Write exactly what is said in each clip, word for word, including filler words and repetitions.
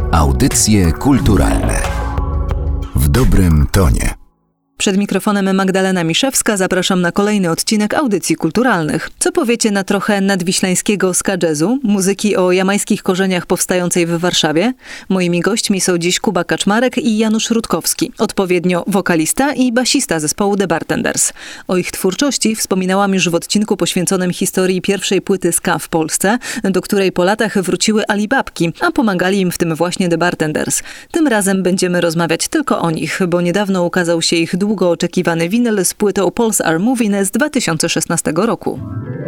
Audycje kulturalne w dobrym tonie. Przed mikrofonem Magdalena Miszewska, zapraszam na kolejny odcinek Audycji Kulturalnych. Co powiecie na trochę nadwiślańskiego ska jazzu, muzyki o jamańskich korzeniach powstającej w Warszawie? Moimi gośćmi są dziś Kuba Kaczmarek i Janusz Rutkowski, odpowiednio wokalista i basista zespołu The Bartenders. O ich twórczości wspominałam już w odcinku poświęconym historii pierwszej płyty ska w Polsce, do której po latach wróciły Alibabki, a pomagali im w tym właśnie The Bartenders. Tym razem będziemy rozmawiać tylko o nich, bo niedawno ukazał się ich długo oczekiwany winyl z płytą Pulse Are Moving z dwa tysiące szesnastego roku.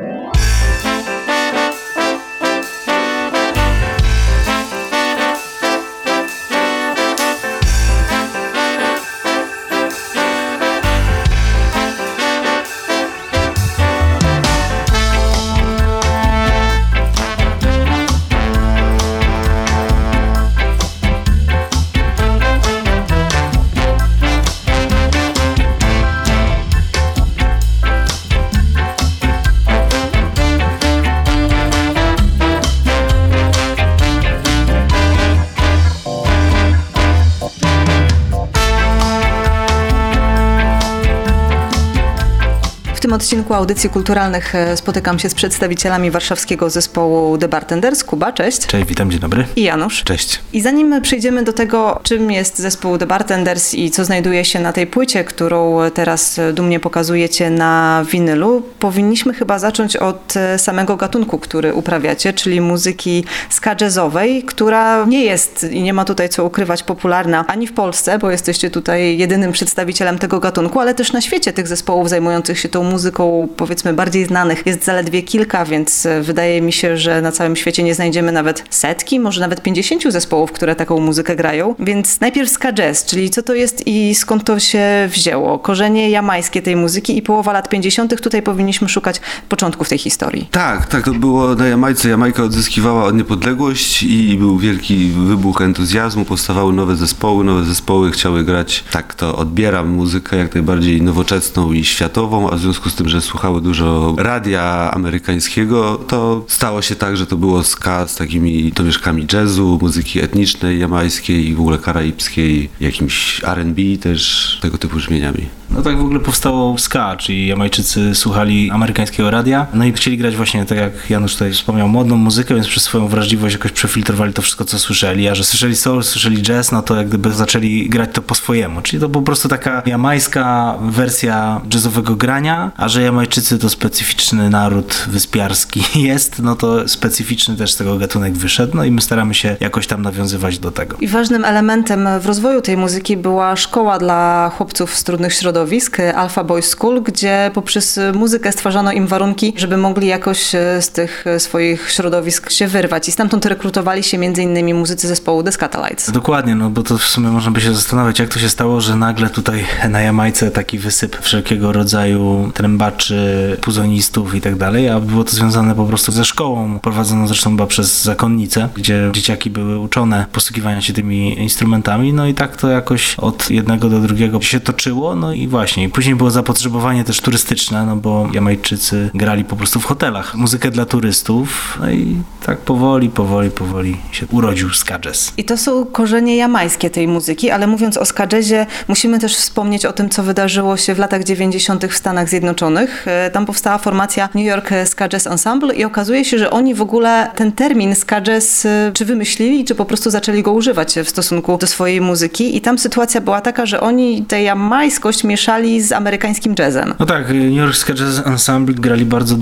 W tym odcinku Audycji Kulturalnych spotykam się z przedstawicielami warszawskiego zespołu The Bartenders. Kuba, cześć. Cześć, witam, dzień dobry. I Janusz. Cześć. I zanim przejdziemy do tego, czym jest zespół The Bartenders i co znajduje się na tej płycie, którą teraz dumnie pokazujecie na winylu, powinniśmy chyba zacząć od samego gatunku, który uprawiacie, czyli muzyki ska jazzowej, która nie jest i nie ma tutaj co ukrywać popularna ani w Polsce, bo jesteście tutaj jedynym przedstawicielem tego gatunku, ale też na świecie tych zespołów zajmujących się tą muzyką, powiedzmy, bardziej znanych jest zaledwie kilka, więc wydaje mi się, że na całym świecie nie znajdziemy nawet setki, może nawet pięćdziesięciu zespołów, które taką muzykę grają. Więc najpierw ska jazz, czyli co to jest i skąd to się wzięło? Korzenie jamańskie tej muzyki i połowa lat pięćdziesiątych. Tutaj powinniśmy szukać początków tej historii. Tak, tak, to było na Jamajce. Jamajka odzyskiwała niepodległość i był wielki wybuch entuzjazmu, powstawały nowe zespoły, nowe zespoły chciały grać, tak to odbieram, muzykę jak najbardziej nowoczesną i światową, a w związku z tym, że słuchały dużo radia amerykańskiego, to stało się tak, że to było ska z takimi domieszkami jazzu, muzyki etnicznej, jamańskiej i w ogóle karaibskiej, jakimś R and B też, tego typu brzmieniami. No tak w ogóle powstało ska, czyli Jamajczycy słuchali amerykańskiego radia, no i chcieli grać właśnie, tak jak Janusz tutaj wspomniał, modną muzykę, więc przez swoją wrażliwość jakoś przefiltrowali to wszystko, co słyszeli, a że słyszeli soul, słyszeli jazz, no to jak gdyby zaczęli grać to po swojemu, czyli to po prostu taka jamańska wersja jazzowego grania, a że Jamajczycy to specyficzny naród wyspiarski jest, no to specyficzny też z tego gatunek wyszedł, no i my staramy się jakoś tam nawiązywać do tego. I ważnym elementem w rozwoju tej muzyki była szkoła dla chłopców z trudnych środowisk, Alpha Boys School, gdzie poprzez muzykę stwarzano im warunki, żeby mogli jakoś z tych swoich środowisk się wyrwać i stamtąd rekrutowali się między innymi muzycy zespołu The Skatalites. Dokładnie, no bo to w sumie można by się zastanawiać, jak to się stało, że nagle tutaj na Jamajce taki wysyp wszelkiego rodzaju trębaczy, puzonistów i tak dalej, a było to związane po prostu ze szkołą, prowadzoną zresztą chyba przez zakonnicę, gdzie dzieciaki były uczone posługiwania się tymi instrumentami, no i tak to jakoś od jednego do drugiego się toczyło, no i właśnie. I później było zapotrzebowanie też turystyczne, no bo Jamajczycy grali po prostu w hotelach muzykę dla turystów, no i tak powoli, powoli, powoli się urodził ska jazz. I to są korzenie jamańskie tej muzyki, ale mówiąc o ska jazzie, musimy też wspomnieć o tym, co wydarzyło się w latach dziewięćdziesiątych w Stanach Zjednoczonych. Tam powstała formacja New York Ska Jazz Ensemble i okazuje się, że oni w ogóle ten termin ska jazz czy wymyślili, czy po prostu zaczęli go używać w stosunku do swojej muzyki i tam sytuacja była taka, że oni tę jamańskość mieszali z amerykańskim jazzem. No tak, New York Ska Jazz Ensemble grali bardzo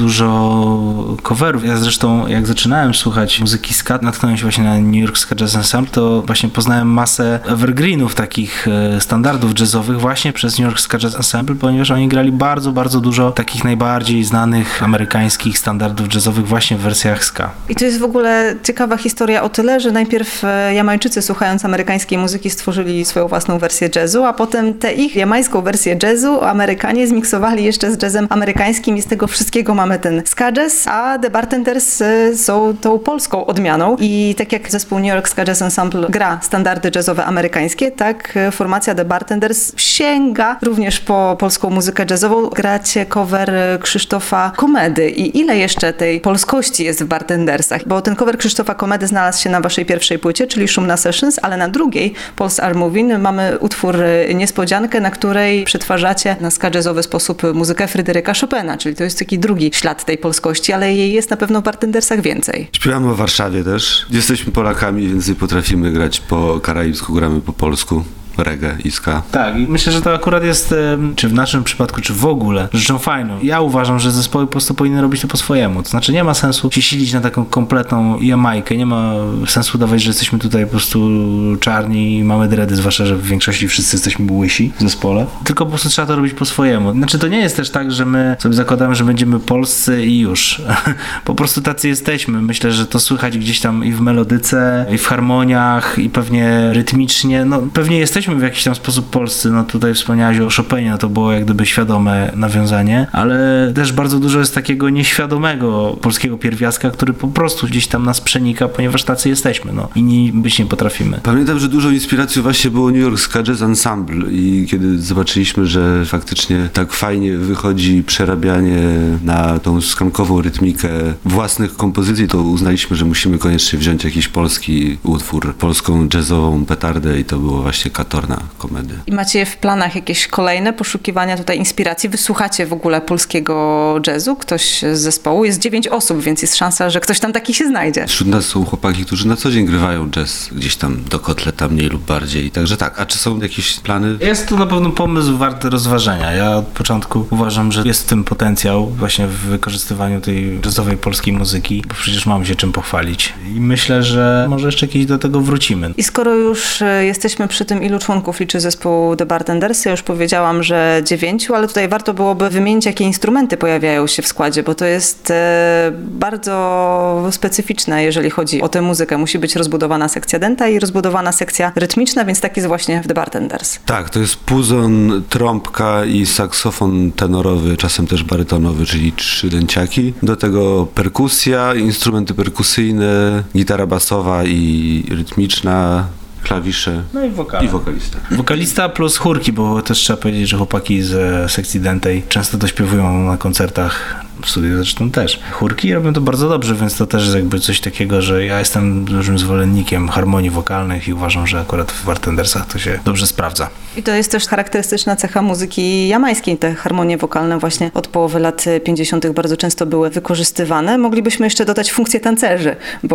dużo coverów. Ja zresztą jak zaczynałem słuchać muzyki ska, natknąłem się właśnie na New York Ska Jazz Ensemble, to właśnie poznałem masę evergreenów, takich standardów jazzowych właśnie przez New York Ska Jazz Ensemble, ponieważ oni grali bardzo, bardzo dużo takich najbardziej znanych amerykańskich standardów jazzowych właśnie w wersjach ska. I to jest w ogóle ciekawa historia o tyle, że najpierw Jamajczycy, słuchając amerykańskiej muzyki, stworzyli swoją własną wersję jazzu, a potem tę ich jamańską wersję jazzu Amerykanie zmiksowali jeszcze z jazzem amerykańskim i z tego wszystkiego mamy ten ska jazz, a The Bartenders są tą polską odmianą i tak jak zespół New York Ska Jazz Ensemble gra standardy jazzowe amerykańskie, tak formacja The Bartenders sięga również po polską muzykę jazzową. Gracie macie cover Krzysztofa Komedy. I ile jeszcze tej polskości jest w Bartendersach? Bo ten cover Krzysztofa Komedy znalazł się na waszej pierwszej płycie, czyli Szumna Sessions, ale na drugiej, Pulse Are Moving, mamy utwór Niespodziankę, na której przetwarzacie na ska jazzowy sposób muzykę Fryderyka Chopina, czyli to jest taki drugi ślad tej polskości, ale jej jest na pewno w Bartendersach więcej. Śpiewamy o Warszawie też. Jesteśmy Polakami, więc nie potrafimy grać po karaibsku, gramy po polsku. Reggae i ska. Tak, i myślę, że to akurat jest, czy w naszym przypadku, czy w ogóle, rzeczą fajną. Ja uważam, że zespoły po prostu powinny robić to po swojemu. To znaczy nie ma sensu się silić na taką kompletną Jamajkę, nie ma sensu dawać, że jesteśmy tutaj po prostu czarni i mamy dredy, zwłaszcza, że w większości wszyscy jesteśmy łysi w zespole. Tylko po prostu trzeba to robić po swojemu. Znaczy to nie jest też tak, że my sobie zakładamy, że będziemy polscy i już. Po prostu tacy jesteśmy. Myślę, że to słychać gdzieś tam i w melodyce, i w harmoniach, i pewnie rytmicznie. No pewnie jesteśmy w jakiś tam sposób polscy, no tutaj wspomniałaś o Chopinie, no to było jak gdyby świadome nawiązanie, ale też bardzo dużo jest takiego nieświadomego polskiego pierwiastka, który po prostu gdzieś tam nas przenika, ponieważ tacy jesteśmy, no. Inni być nie potrafimy. Pamiętam, że dużą inspiracją właśnie było New York Ska Jazz Ensemble i kiedy zobaczyliśmy, że faktycznie tak fajnie wychodzi przerabianie na tą skankową rytmikę własnych kompozycji, to uznaliśmy, że musimy koniecznie wziąć jakiś polski utwór, polską jazzową petardę i to było właśnie Katorna Komedy. I macie w planach jakieś kolejne poszukiwania tutaj inspiracji? Wysłuchacie w ogóle polskiego jazzu? Ktoś z zespołu? Jest dziewięć osób, więc jest szansa, że ktoś tam taki się znajdzie. Wśród nas są chłopaki, którzy na co dzień grywają jazz gdzieś tam do kotleta mniej lub bardziej. Także tak. A czy są jakieś plany? Jest to na pewno pomysł warty rozważenia. Ja od początku uważam, że jest w tym potencjał właśnie w wykorzystywaniu tej jazzowej polskiej muzyki, bo przecież mamy się czym pochwalić. I myślę, że może jeszcze kiedyś do tego wrócimy. I skoro już jesteśmy przy tym, ilu członków liczy zespół The Bartenders, ja już powiedziałam, że dziewięciu, ale tutaj warto byłoby wymienić, jakie instrumenty pojawiają się w składzie, bo to jest e, bardzo specyficzne, jeżeli chodzi o tę muzykę. Musi być rozbudowana sekcja dęta i rozbudowana sekcja rytmiczna, więc tak jest właśnie w The Bartenders. Tak, to jest puzon, trąbka i saksofon tenorowy, czasem też barytonowy, czyli trzy dęciaki. Do tego perkusja, instrumenty perkusyjne, gitara basowa i rytmiczna, klawisze no i, wokale. i wokalista. Wokalista plus chórki, bo też trzeba powiedzieć, że chłopaki z sekcji dętej często dośpiewują na koncertach, w studiu zresztą też. Chórki robią to bardzo dobrze, więc to też jest jakby coś takiego, że ja jestem dużym zwolennikiem harmonii wokalnych i uważam, że akurat w Bartendersach to się dobrze sprawdza. I to jest też charakterystyczna cecha muzyki jamańskiej. Te harmonie wokalne właśnie od połowy lat pięćdziesiątych bardzo często były wykorzystywane. Moglibyśmy jeszcze dodać funkcję tancerzy,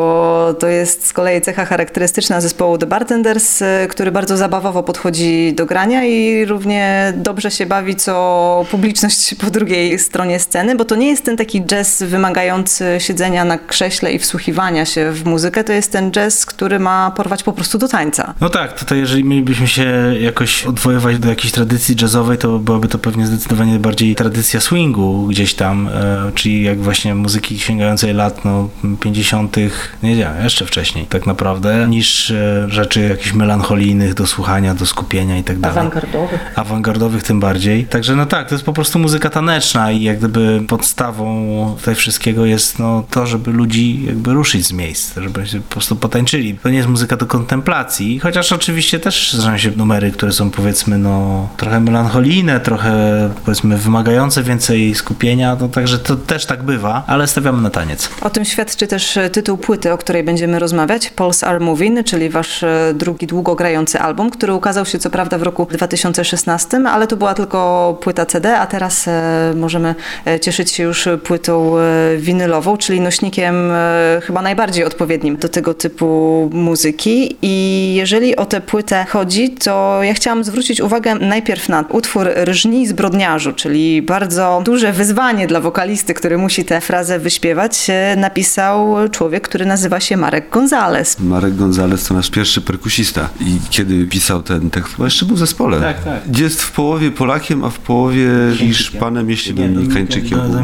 bo to jest z kolei cecha charakterystyczna zespołu The Bartenders, który bardzo zabawowo podchodzi do grania i równie dobrze się bawi, co publiczność po drugiej stronie sceny, bo to nie jest ten taki jazz wymagający siedzenia na krześle i wsłuchiwania się w muzykę, to jest ten jazz, który ma porwać po prostu do tańca. No tak, tutaj jeżeli mielibyśmy się jakoś odwoływać do jakiejś tradycji jazzowej, to byłaby to pewnie zdecydowanie bardziej tradycja swingu gdzieś tam, e, czyli jak właśnie muzyki sięgającej lat no, pięćdziesiątych, nie wiem, jeszcze wcześniej tak naprawdę, niż e, rzeczy jakichś melancholijnych do słuchania, do skupienia i tak dalej. Awangardowych. Awangardowych tym bardziej. Także no tak, to jest po prostu muzyka taneczna i jak gdyby podstawą tutaj wszystkiego jest no, to, żeby ludzi jakby ruszyć z miejsc, żeby się po prostu potańczyli. To nie jest muzyka do kontemplacji, chociaż oczywiście też zdarzają się numery, które są powiedzmy no trochę melancholijne, trochę powiedzmy wymagające więcej skupienia, no także to też tak bywa, ale stawiamy na taniec. O tym świadczy też tytuł płyty, o której będziemy rozmawiać, Pulse Are Moving, czyli wasz drugi długogrający album, który ukazał się co prawda w roku dwa tysiące szesnastym, ale to była tylko płyta C D, a teraz e, możemy cieszyć się już płytą winylową, czyli nośnikiem e, chyba najbardziej odpowiednim do tego typu muzyki. I jeżeli o tę płytę chodzi, to ja chciałam zwrócić uwagę najpierw na utwór Rżnij zbrodniarzu, czyli bardzo duże wyzwanie dla wokalisty, który musi tę frazę wyśpiewać, napisał człowiek, który nazywa się Marek Gonzales. Marek Gonzales to nasz pierwszy perkusista i kiedy pisał ten tekst, chyba jeszcze był w zespole. Tak, tak. Jest w połowie Polakiem, a w połowie Hiszpanem, jeśli nie Kańczykiem.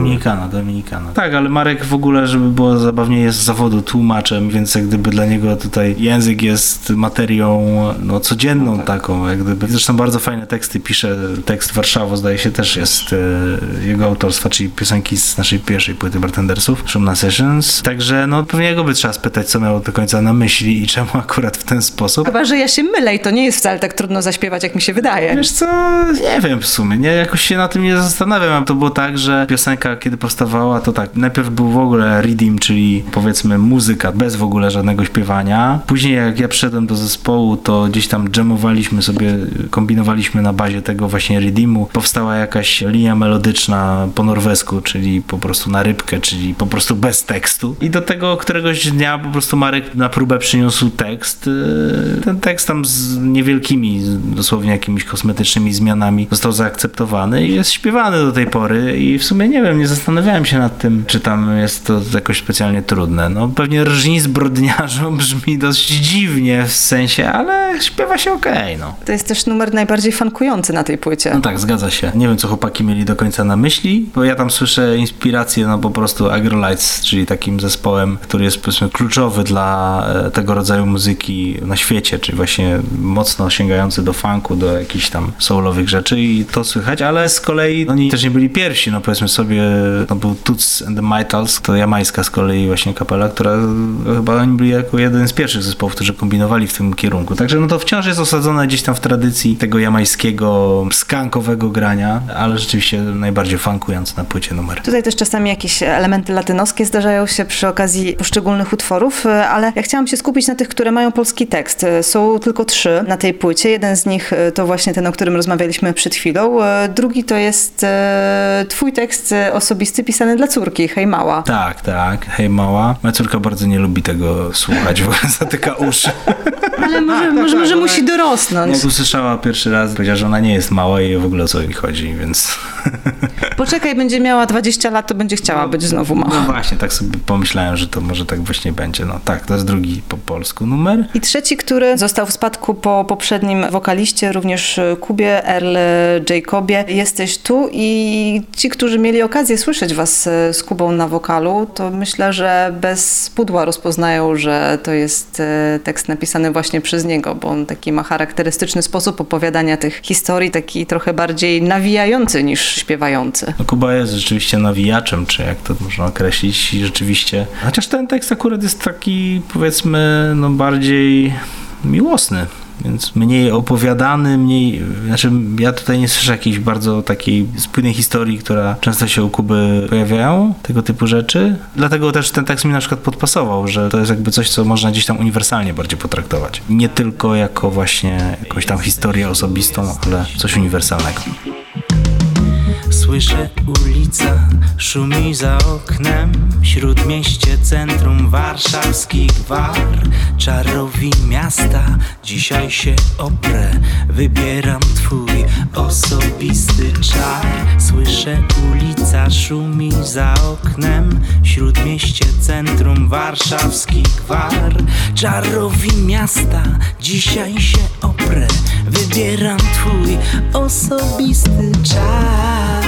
Dominikana, Dominikana. Tak, ale Marek w ogóle, żeby było zabawniej, jest z zawodu tłumaczem, więc jak gdyby dla niego tutaj język jest materią no, codzienną no, tak. taką, jak gdyby. Zresztą bardzo fajne teksty pisze, tekst Warszawo zdaje się też jest e, jego autorstwa, czyli piosenki z naszej pierwszej płyty Bartendersów, Szumna Sessions. Także no pewnie jego by trzeba spytać, co miał do końca na myśli i czemu akurat w ten sposób. Chyba, że ja się mylę i to nie jest wcale tak trudno zaśpiewać, jak mi się wydaje. Wiesz co, nie wiem w sumie, nie, jakoś się na tym nie zastanawiam. To było tak, że piosenka, kiedy powstawała, to tak, najpierw był w ogóle redeem, czyli powiedzmy muzyka bez w ogóle żadnego śpiewania. Później jak ja przyszedłem do zespołu, to gdzieś tam jamowaliśmy sobie, kombinowaliśmy na bazie tego właśnie redeemu. Powstała jakaś linia melodyczna po norwesku, czyli po prostu na rybkę, czyli po prostu bez tekstu. I do tego któregoś dnia po prostu Marek na próbę przyniósł tekst. Ten tekst tam z niewielkimi, dosłownie jakimiś kosmetycznymi zmianami został zaakceptowany i jest śpiewany do tej pory i w sumie nie wiem, nie zastanawiałem się nad tym, czy tam jest to jakoś specjalnie trudne. No pewnie rżnij zbrodniarzom brzmi dość dziwnie w sensie, ale śpiewa się okej, okay, no. To jest też numer najbardziej funkujący na tej płycie. No tak, zgadza się. Nie wiem, co chłopaki mieli do końca na myśli, bo ja tam słyszę inspirację, no po prostu Agrolites, czyli takim zespołem, który jest powiedzmy kluczowy dla tego rodzaju muzyki na świecie, czyli właśnie mocno sięgający do funku, do jakichś tam soulowych rzeczy i to słychać, ale z kolei oni też nie byli pierwsi, no powiedzmy sobie, to był Toots and the Maytals, to jamańska z kolei właśnie kapela, która chyba oni byli jako jeden z pierwszych zespołów, którzy kombinowali w tym kierunku. Także no to wciąż jest osadzone gdzieś tam w tradycji tego jamańskiego, skankowego grania, ale rzeczywiście najbardziej funkujący na płycie numer. Tutaj też czasami jakieś elementy latynoskie zdarzają się przy okazji poszczególnych utworów, ale ja chciałam się skupić na tych, które mają polski tekst. Są tylko trzy na tej płycie. Jeden z nich to właśnie ten, o którym rozmawialiśmy przed chwilą. Drugi to jest twój tekst osobisty pisany dla córki, Hej Mała. Tak, tak, Hej Mała. Moja córka bardzo nie lubi tego słuchać, w ogóle zatyka uszy. Ale może, tak, może, tak, może musi dorosnąć. Jak usłyszała pierwszy raz, powiedziała, że ona nie jest mała i w ogóle o co mi chodzi, więc... Poczekaj, będzie miała dwadzieścia lat, to będzie chciała być znowu mała. No właśnie, tak sobie pomyślałem, że to może tak właśnie będzie. No tak, to jest drugi po polsku numer. I trzeci, który został w spadku po poprzednim wokaliście, również Kubie, Earl Jacobie. Jesteś tu i ci, którzy mieli okazję słyszeć was z Kubą na wokalu, to myślę, że bez pudła rozpoznają, że to jest tekst napisany właśnie przez niego, bo on taki ma charakterystyczny sposób opowiadania tych historii, taki trochę bardziej nawijający niż śpiewający. No, Kuba jest rzeczywiście nawijaczem, czy jak to można określić i rzeczywiście, chociaż ten tekst akurat jest taki, powiedzmy, no bardziej miłosny. Więc mniej opowiadany, mniej... Znaczy, ja tutaj nie słyszę jakiejś bardzo takiej spójnej historii, która często się u Kuby pojawiają, tego typu rzeczy. Dlatego też ten tekst mi na przykład podpasował, że to jest jakby coś, co można gdzieś tam uniwersalnie bardziej potraktować. Nie tylko jako właśnie jakąś tam historię osobistą, ale coś uniwersalnego. Słyszę, ulica szumi za oknem, śródmieście, centrum warszawski gwar. Czarowi miasta, dzisiaj się oprę, wybieram twój osobisty czar. Słyszę, ulica szumi za oknem, śródmieście, centrum warszawski gwar. Czarowi miasta, dzisiaj się oprę, wybieram twój osobisty czar.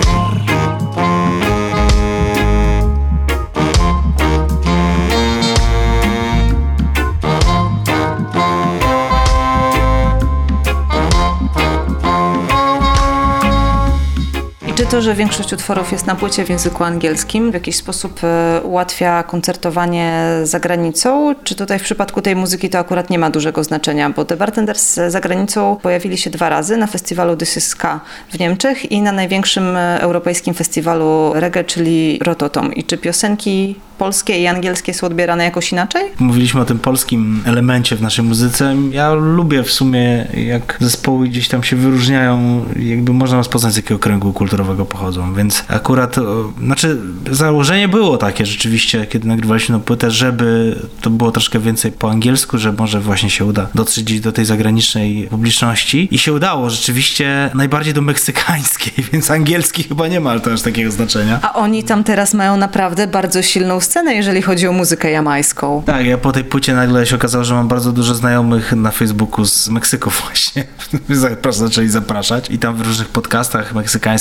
Czy to, że większość utworów jest na płycie w języku angielskim, w jakiś sposób ułatwia koncertowanie za granicą? Czy tutaj w przypadku tej muzyki to akurat nie ma dużego znaczenia? Bo The Bartenders za granicą pojawili się dwa razy na festiwalu This Is Ska w Niemczech i na największym europejskim festiwalu reggae, czyli Rototom. I czy piosenki polskie i angielskie są odbierane jakoś inaczej? Mówiliśmy o tym polskim elemencie w naszej muzyce. Ja lubię w sumie, jak zespoły gdzieś tam się wyróżniają, jakby można rozpoznać, z jakiego kręgu kulturowego pochodzą, więc akurat, znaczy założenie było takie rzeczywiście, kiedy nagrywaliśmy tę płytę, żeby to było troszkę więcej po angielsku, że może właśnie się uda dotrzeć do tej zagranicznej publiczności i się udało rzeczywiście najbardziej do meksykańskiej, więc angielski chyba nie ma to aż takiego znaczenia. A oni tam teraz mają naprawdę bardzo silną scenę, jeżeli chodzi o muzykę jamańską. Tak, ja po tej płycie nagle się okazało, że mam bardzo dużo znajomych na Facebooku z Meksyku właśnie. Zaczęli zapraszać i tam w różnych podcastach meksykańskich się pojawiają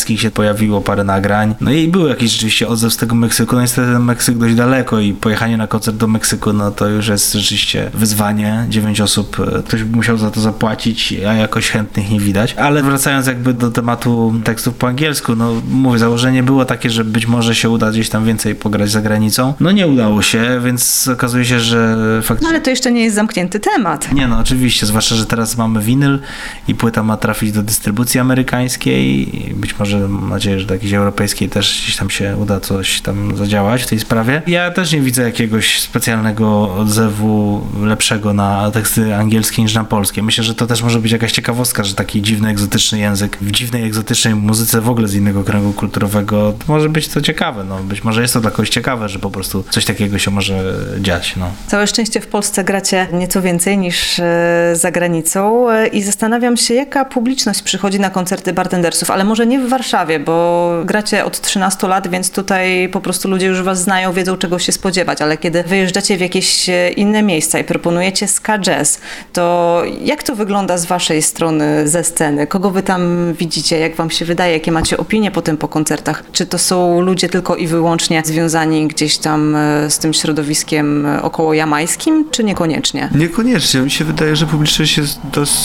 pojawiło parę nagrań. No i był jakiś rzeczywiście odzew z tego Meksyku. No niestety ten Meksyk dość daleko i pojechanie na koncert do Meksyku, no to już jest rzeczywiście wyzwanie. Dziewięć osób, ktoś by musiał za to zapłacić, a jakoś chętnych nie widać. Ale wracając jakby do tematu tekstów po angielsku, no mówię, założenie było takie, że być może się uda gdzieś tam więcej pograć za granicą. No nie udało się, więc okazuje się, że faktycznie... No ale to jeszcze nie jest zamknięty temat. Nie no, oczywiście, zwłaszcza, że teraz mamy winyl i płyta ma trafić do dystrybucji amerykańskiej i być może, mam nadzieję, że do jakiejś europejskiej też gdzieś tam się uda coś tam zadziałać w tej sprawie. Ja też nie widzę jakiegoś specjalnego odzewu lepszego na teksty angielskie niż na polskie. Myślę, że to też może być jakaś ciekawostka, że taki dziwny, egzotyczny język w dziwnej, egzotycznej muzyce w ogóle z innego kręgu kulturowego, to może być to ciekawe. No, być może jest to dla kogoś ciekawe, że po prostu coś takiego się może dziać. No. Całe szczęście w Polsce gracie nieco więcej niż za granicą i zastanawiam się, jaka publiczność przychodzi na koncerty bartendersów, ale może nie w Warszawie, bo gracie od trzynastu lat, więc tutaj po prostu ludzie już was znają, wiedzą czego się spodziewać, ale kiedy wyjeżdżacie w jakieś inne miejsca i proponujecie ska jazz, to jak to wygląda z waszej strony ze sceny? Kogo wy tam widzicie? Jak wam się wydaje? Jakie macie opinie potem po koncertach? Czy to są ludzie tylko i wyłącznie związani gdzieś tam z tym środowiskiem około jamańskim, czy niekoniecznie? Niekoniecznie. Mi się wydaje, że publiczność jest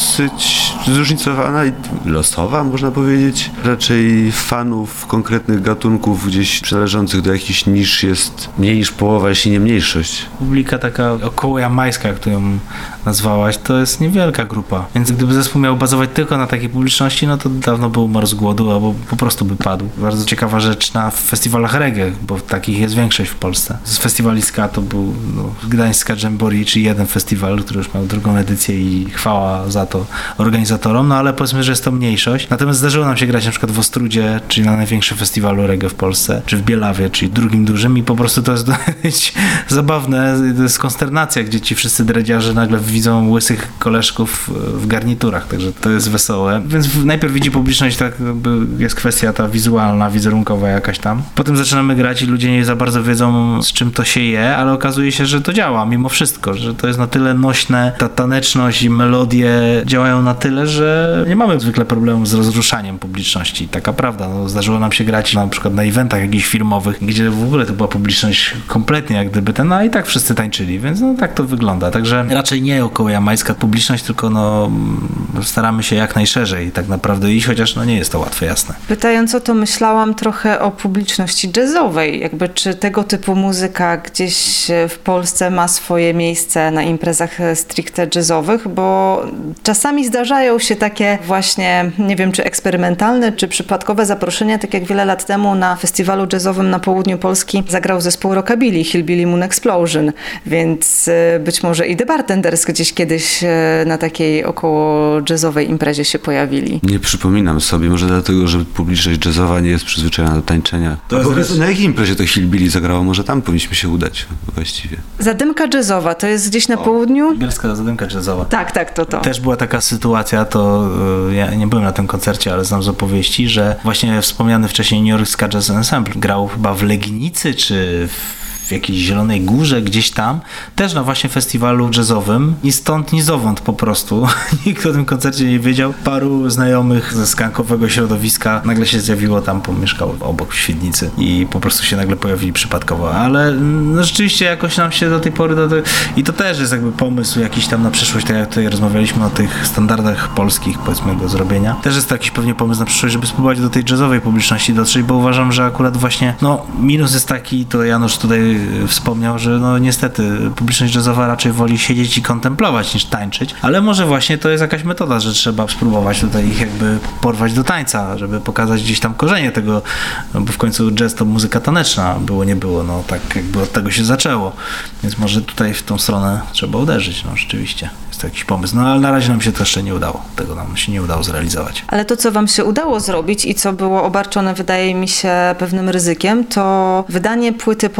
dosyć zróżnicowana i losowa, można powiedzieć. Raczej fanów konkretnych gatunków gdzieś przynależących do jakichś nisz jest mniej niż połowa, jeśli nie mniejszość. Publika taka około jamańska, jak to ją nazwałaś, to jest niewielka grupa. Więc gdyby zespół miał bazować tylko na takiej publiczności, no to dawno by umarł z głodu, albo po prostu by padł. Bardzo ciekawa rzecz na festiwalach reggae, bo takich jest większość w Polsce. Z festiwali ska to był no, Gdańska Jamboree, czyli jeden festiwal, który już miał drugą edycję i chwała za to organizatorom, no ale powiedzmy, że jest to mniejszość. Natomiast zdarzyło nam się grać na przykład w Ostrudzie, czyli na największym festiwalu reggae w Polsce, czy w Bielawie, czyli drugim dużym i po prostu to jest dość zabawne, to jest konsternacja, gdzie ci wszyscy dredziarze nagle widzą łysych koleżków w garniturach, także to jest wesołe. Więc najpierw widzi publiczność, tak jakby jest kwestia ta wizualna, wizerunkowa jakaś tam. Potem zaczynamy grać i ludzie nie za bardzo wiedzą, z czym to się je, ale okazuje się, że to działa mimo wszystko, że to jest na tyle nośne, ta taneczność i melodie działają na tyle, że nie mamy zwykle problemu z rozruszaniem publiczności. Taka prawda. No, zdarzyło nam się grać na przykład na eventach jakichś filmowych, gdzie w ogóle to była publiczność kompletnie jak gdyby ten, no i tak wszyscy tańczyli, więc no tak to wygląda. Także raczej nie około jamańska publiczność, tylko no staramy się jak najszerzej tak naprawdę iść, chociaż no nie jest to łatwe, jasne. Pytając o to, myślałam trochę o publiczności jazzowej. Jakby czy tego typu muzyka gdzieś w Polsce ma swoje miejsce na imprezach stricte jazzowych, bo czasami zdarzają się takie właśnie, nie wiem, czy eksperymentalne, czy przypadkowe zaproszenia, tak jak wiele lat temu na festiwalu jazzowym na południu Polski zagrał zespół rockabilly, Hillbilly Moon Explosion, więc być może i The Bartenders gdzieś kiedyś na takiej około jazzowej imprezie się pojawili. Nie przypominam sobie, może dlatego, że publiczność jazzowa nie jest przyzwyczajona do tańczenia. To jest na jakiej imprezie to Hillbilly zagrało? Może tam powinniśmy się udać właściwie. Zadymka jazzowa, to jest gdzieś na o, południu? Bielska Zadymka jazzowa. Tak, tak, to to. Też była taka sytuacja, to ja nie byłem na tym koncercie, ale znam z opowieści, że właśnie wspomniany wcześniej New York Ska Jazz Ensemble grał chyba w Legnicy, czy w w jakiejś Zielonej Górze, gdzieś tam, też na właśnie festiwalu jazzowym, ni stąd, ni zowąd po prostu. Nikt o tym koncercie nie wiedział. Paru znajomych ze skankowego środowiska nagle się zjawiło tam, pomieszkało obok w Świdnicy i po prostu się nagle pojawili przypadkowo, ale no, rzeczywiście jakoś nam się do tej pory do tej... i to też jest jakby pomysł jakiś tam na przyszłość, tak jak tutaj rozmawialiśmy o tych standardach polskich, powiedzmy, do zrobienia. Też jest to jakiś pewnie pomysł na przyszłość, żeby spróbować do tej jazzowej publiczności dotrzeć, bo uważam, że akurat właśnie, no, minus jest taki, to Janusz tutaj wspomniał, że no niestety publiczność jazzowa raczej woli siedzieć i kontemplować niż tańczyć, ale może właśnie to jest jakaś metoda, że trzeba spróbować tutaj ich jakby porwać do tańca, żeby pokazać gdzieś tam korzenie tego, no bo w końcu jazz to muzyka taneczna, było nie było, no tak jakby od tego się zaczęło, więc może tutaj w tą stronę trzeba uderzyć, no rzeczywiście. Jest to jakiś pomysł, no ale na razie nam się to jeszcze nie udało, tego nam się nie udało zrealizować. Ale to, co wam się udało zrobić i co było obarczone, wydaje mi się, pewnym ryzykiem, to wydanie płyty Pulse Are Moving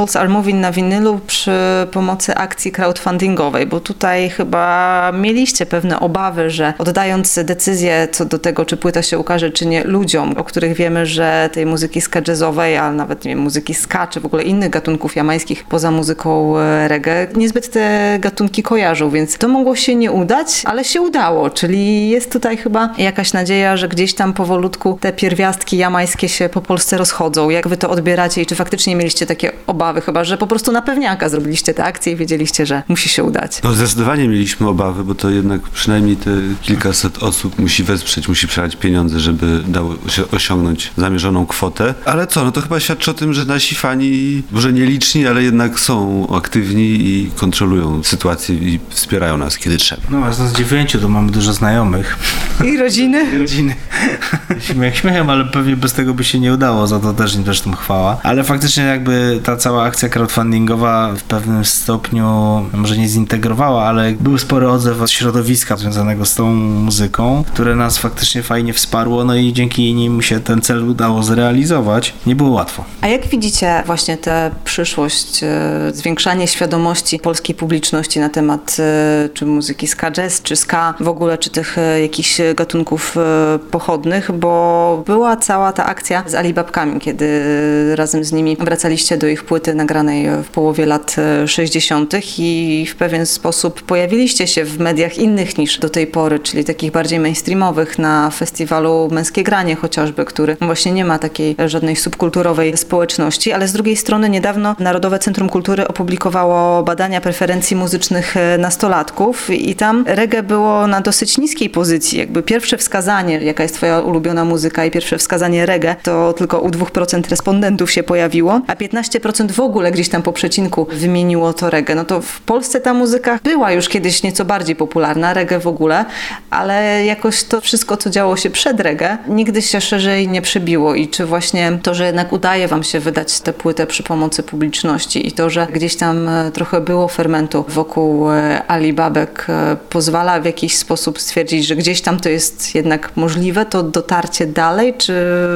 Gowin na winylu przy pomocy akcji crowdfundingowej, bo tutaj chyba mieliście pewne obawy, że oddając decyzję co do tego, czy płyta się ukaże, czy nie ludziom, o których wiemy, że tej muzyki ska jazzowej, a nawet nie wiem, muzyki ska, czy w ogóle innych gatunków jamańskich poza muzyką reggae, niezbyt te gatunki kojarzą, więc to mogło się nie udać, ale się udało, czyli jest tutaj chyba jakaś nadzieja, że gdzieś tam powolutku te pierwiastki jamańskie się po Polsce rozchodzą. Jak wy to odbieracie i czy faktycznie mieliście takie obawy, chyba że po prostu na pewniaka zrobiliście te akcje i wiedzieliście, że musi się udać? No zdecydowanie mieliśmy obawy, bo to jednak przynajmniej te kilkaset osób musi wesprzeć, musi przelać pieniądze, żeby dało się osiągnąć zamierzoną kwotę. Ale co, no to chyba świadczy o tym, że nasi fani, może nieliczni, ale jednak są aktywni i kontrolują sytuację i wspierają nas, kiedy trzeba. No a z dziewięciu to mamy dużo znajomych. I rodziny? I rodziny. Śmiech śmiechem, ale pewnie bez tego by się nie udało, za to też im zresztą chwała. Ale faktycznie jakby ta cała akcja crowdfundingowa w pewnym stopniu może nie zintegrowała, ale był spory odzew od środowiska związanego z tą muzyką, które nas faktycznie fajnie wsparło, no i dzięki nim się ten cel udało zrealizować. Nie było łatwo. A jak widzicie właśnie tę przyszłość, zwiększanie świadomości polskiej publiczności na temat czy muzyki ska jazz, czy ska w ogóle, czy tych jakichś gatunków pochodnych, bo była cała ta akcja z Alibabkami, kiedy razem z nimi wracaliście do ich płyty nagranej w połowie lat sześćdziesiątych i w pewien sposób pojawiliście się w mediach innych niż do tej pory, czyli takich bardziej mainstreamowych, na festiwalu Męskie Granie chociażby, który właśnie nie ma takiej żadnej subkulturowej społeczności, ale z drugiej strony niedawno Narodowe Centrum Kultury opublikowało badania preferencji muzycznych nastolatków i tam reggae było na dosyć niskiej pozycji. Jakby pierwsze wskazanie, jaka jest twoja ulubiona muzyka i pierwsze wskazanie reggae, to tylko u dwóch procent respondentów się pojawiło, a piętnaście procent w ogóle gdzieś tam po przecinku wymieniło to reggae. No to w Polsce ta muzyka była już kiedyś nieco bardziej popularna, reggae w ogóle, ale jakoś to wszystko, co działo się przed reggae, nigdy się szerzej nie przebiło i czy właśnie to, że jednak udaje wam się wydać tę płytę przy pomocy publiczności i to, że gdzieś tam trochę było fermentu wokół Alibabek, pozwala w jakiś sposób stwierdzić, że gdzieś tam to jest jednak możliwe, to dotarcie dalej, czy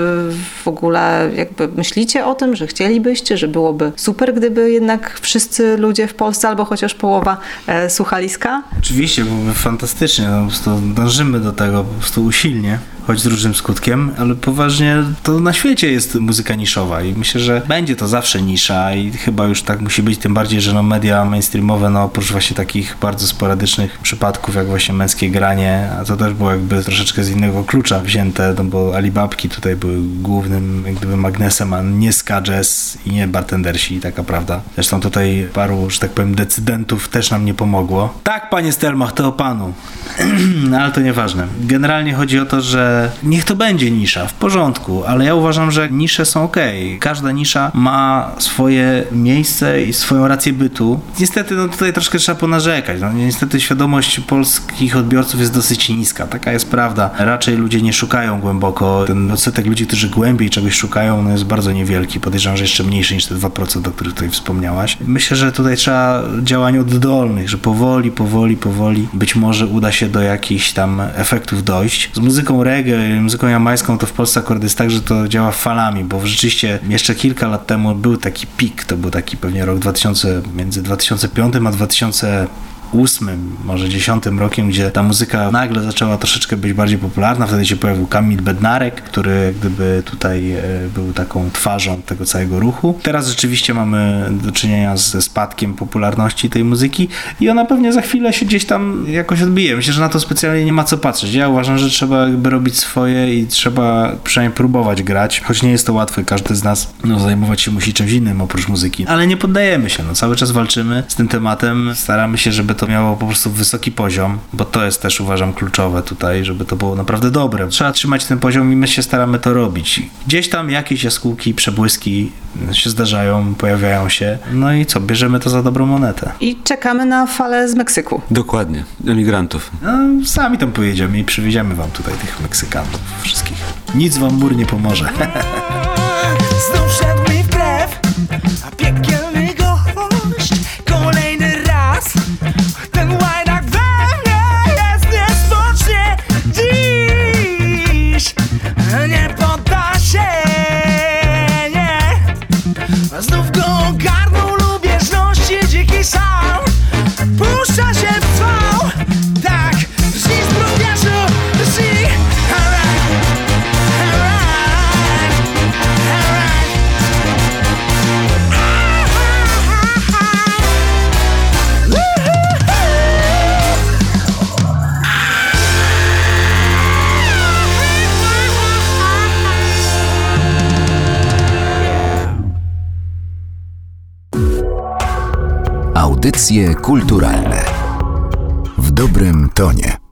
w ogóle jakby myślicie o tym, że chcielibyście, że byłoby super, gdyby jednak wszyscy ludzie w Polsce albo chociaż połowa e, słuchali ska? Oczywiście, byłoby fantastycznie, no, po prostu dążymy do tego po prostu usilnie, choć z różnym skutkiem, ale poważnie to na świecie jest muzyka niszowa i myślę, że będzie to zawsze nisza i chyba już tak musi być, tym bardziej, że no media mainstreamowe, no oprócz właśnie takich bardzo sporadycznych przypadków, jak właśnie Męskie Granie, a to też było jakby troszeczkę z innego klucza wzięte, no bo Alibabki tutaj były głównym jak gdyby magnesem, a nie ska jazz i nie bartendersi, taka prawda. Zresztą tutaj paru, że tak powiem, decydentów też nam nie pomogło. Tak, panie Stelmach, to o panu. No ale to nieważne. Generalnie chodzi o to, że niech to będzie nisza, w porządku, ale ja uważam, że nisze są okej. Okay. Każda nisza ma swoje miejsce i swoją rację bytu. Niestety, no tutaj troszkę trzeba ponarzekać. No, niestety świadomość polskich odbiorców jest dosyć niska. Taka jest prawda. Raczej ludzie nie szukają głęboko. Ten odsetek ludzi, którzy głębiej czegoś szukają, no jest bardzo niewielki. Podejrzewam, że jeszcze mniejszy niż te dwa procent, o których tutaj wspomniałaś. Myślę, że tutaj trzeba działań oddolnych, że powoli, powoli, powoli być może uda się do jakichś tam efektów dojść. Z muzyką reggae, muzyką jamańską to w Polsce akurat jest tak, że to działa falami, bo rzeczywiście jeszcze kilka lat temu był taki pik, to był taki pewnie rok dwa tysiące, między dwa tysiące piątym a dwa tysiące ósmym, może dziesiątym rokiem, gdzie ta muzyka nagle zaczęła troszeczkę być bardziej popularna. Wtedy się pojawił Kamil Bednarek, który jak gdyby tutaj był taką twarzą tego całego ruchu. Teraz rzeczywiście mamy do czynienia ze spadkiem popularności tej muzyki i ona pewnie za chwilę się gdzieś tam jakoś odbije. Myślę, że na to specjalnie nie ma co patrzeć. Ja uważam, że trzeba jakby robić swoje i trzeba przynajmniej próbować grać, choć nie jest to łatwe. Każdy z nas no, zajmować się musi czymś innym oprócz muzyki. Ale nie poddajemy się. No, cały czas walczymy z tym tematem. Staramy się, żeby to miało po prostu wysoki poziom, bo to jest też uważam kluczowe tutaj, żeby to było naprawdę dobre. Trzeba trzymać ten poziom i my się staramy to robić. Gdzieś tam jakieś jaskółki, przebłyski się zdarzają, pojawiają się. No i co, bierzemy to za dobrą monetę. I czekamy na falę z Meksyku. Dokładnie, emigrantów. No, sami tam pojedziemy i przywieziemy wam tutaj tych Meksykanów wszystkich. Nic wam mur nie pomoże. Znów szedł mi wbrew, a piekielny gość kolejny raz. Ten łajdak we mnie jest niespocznie dziś. Nie podda się, nie. Znów go ogarnął, lubię Audycje kulturalne w dobrym tonie.